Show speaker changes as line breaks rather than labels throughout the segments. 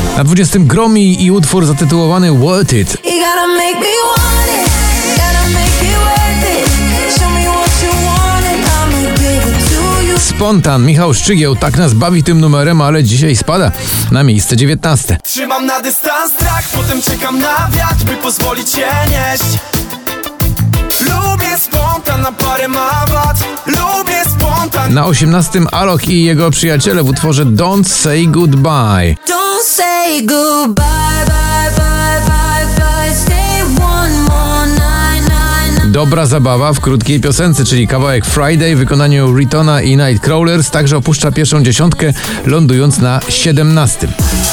Na 20 Gromi i utwór zatytułowany Worth It. Spontan, Michał Szczygieł, tak nas bawi tym numerem, ale dzisiaj spada na miejsce 19.
Trzymam na dystans strach, potem czekam na wiatr, by pozwolić się nieść. Lubię spontan, na parę ma wad. Lubię spontan.
Na 18 Alok i jego przyjaciele w utworze Don't Say Goodbye.
Don't say goodbye, bye, bye, bye, bye. Stay one more night.
Dobra zabawa w krótkiej piosence, czyli kawałek Friday w wykonaniu Ritona i Nightcrawlers także opuszcza pierwszą dziesiątkę, lądując na 17.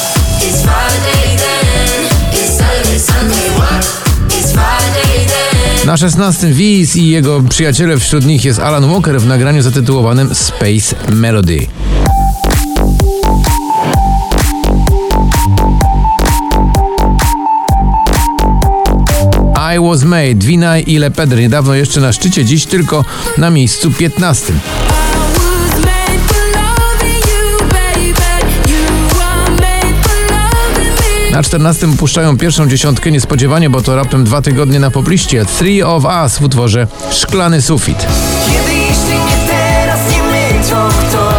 Na 16 Wiz i jego przyjaciele, wśród nich jest Alan Walker w nagraniu zatytułowanym Space Melody. I Was Made, Vinay i Lepedre, niedawno jeszcze na szczycie, dziś tylko na miejscu 15. Na 14 opuszczają pierwszą dziesiątkę niespodziewanie, bo to raptem 2 tygodnie na pobliście. Three of Us w utworze Szklany Sufit.
Kiedy jeśli nie teraz, nie my, to kto?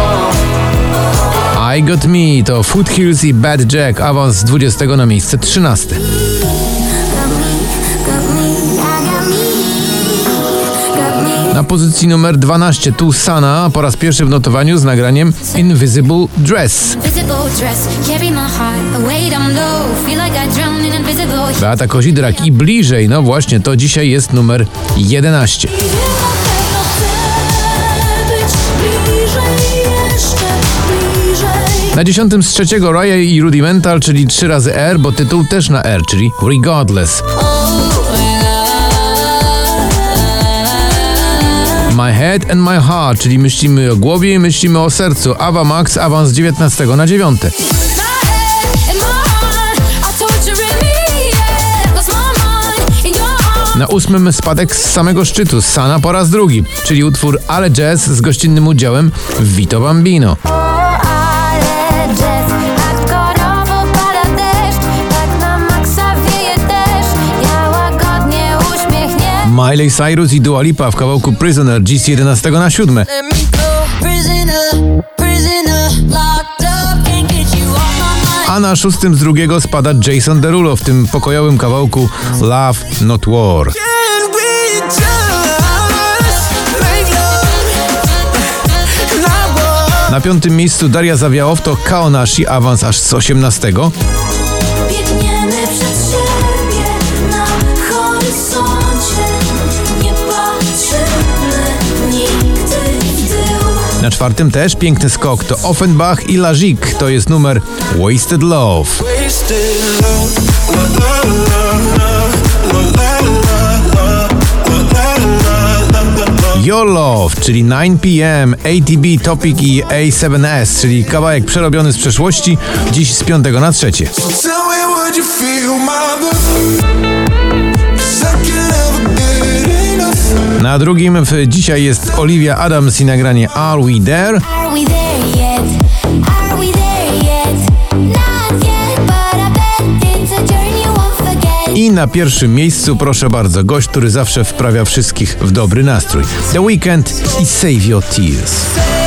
I Got Me to Foothills i Bad Jack, awans z 20 na miejsce 13. Na pozycji numer 12 tu Sana po raz pierwszy w notowaniu z nagraniem Invisible Dress. Beata Kozidrak i Bliżej, no właśnie, to dzisiaj jest numer 11. Na 10 z trzeciego Raya i Rudimental, czyli 3 razy R, bo tytuł też na R, czyli Regardless. My Head and My Heart, czyli myślimy o głowie i myślimy o sercu. Ava Max, awans z 19 na 9. Na 8 spadek z samego szczytu, Sana po raz drugi, czyli utwór Ale Jazz z gościnnym udziałem Vito Bambino. Miley Cyrus i Dua Lipa w kawałku Prisoner, dziś z 11 na 7. A na 6 z drugiego spada Jason Derulo w tym pokojowym kawałku Love Not War. Na 5 miejscu Daria Zawiałow to Kaonashi, awans aż z 18.
Biegniemy przed siebie na horyzoncie. Nie patrzymy nigdy w tył.
Na 4 też piękny skok to Offenbach i Lazik, to jest numer Wasted Love. Your Love, czyli 9 PM, ATB, Topic i A7S, czyli kawałek przerobiony z przeszłości, dziś z 5 na 3. Na drugim dzisiaj jest Olivia Adams i nagranie Are We There? I na pierwszym miejscu, proszę bardzo, gość, który zawsze wprawia wszystkich w dobry nastrój. The Weeknd i Save Your Tears.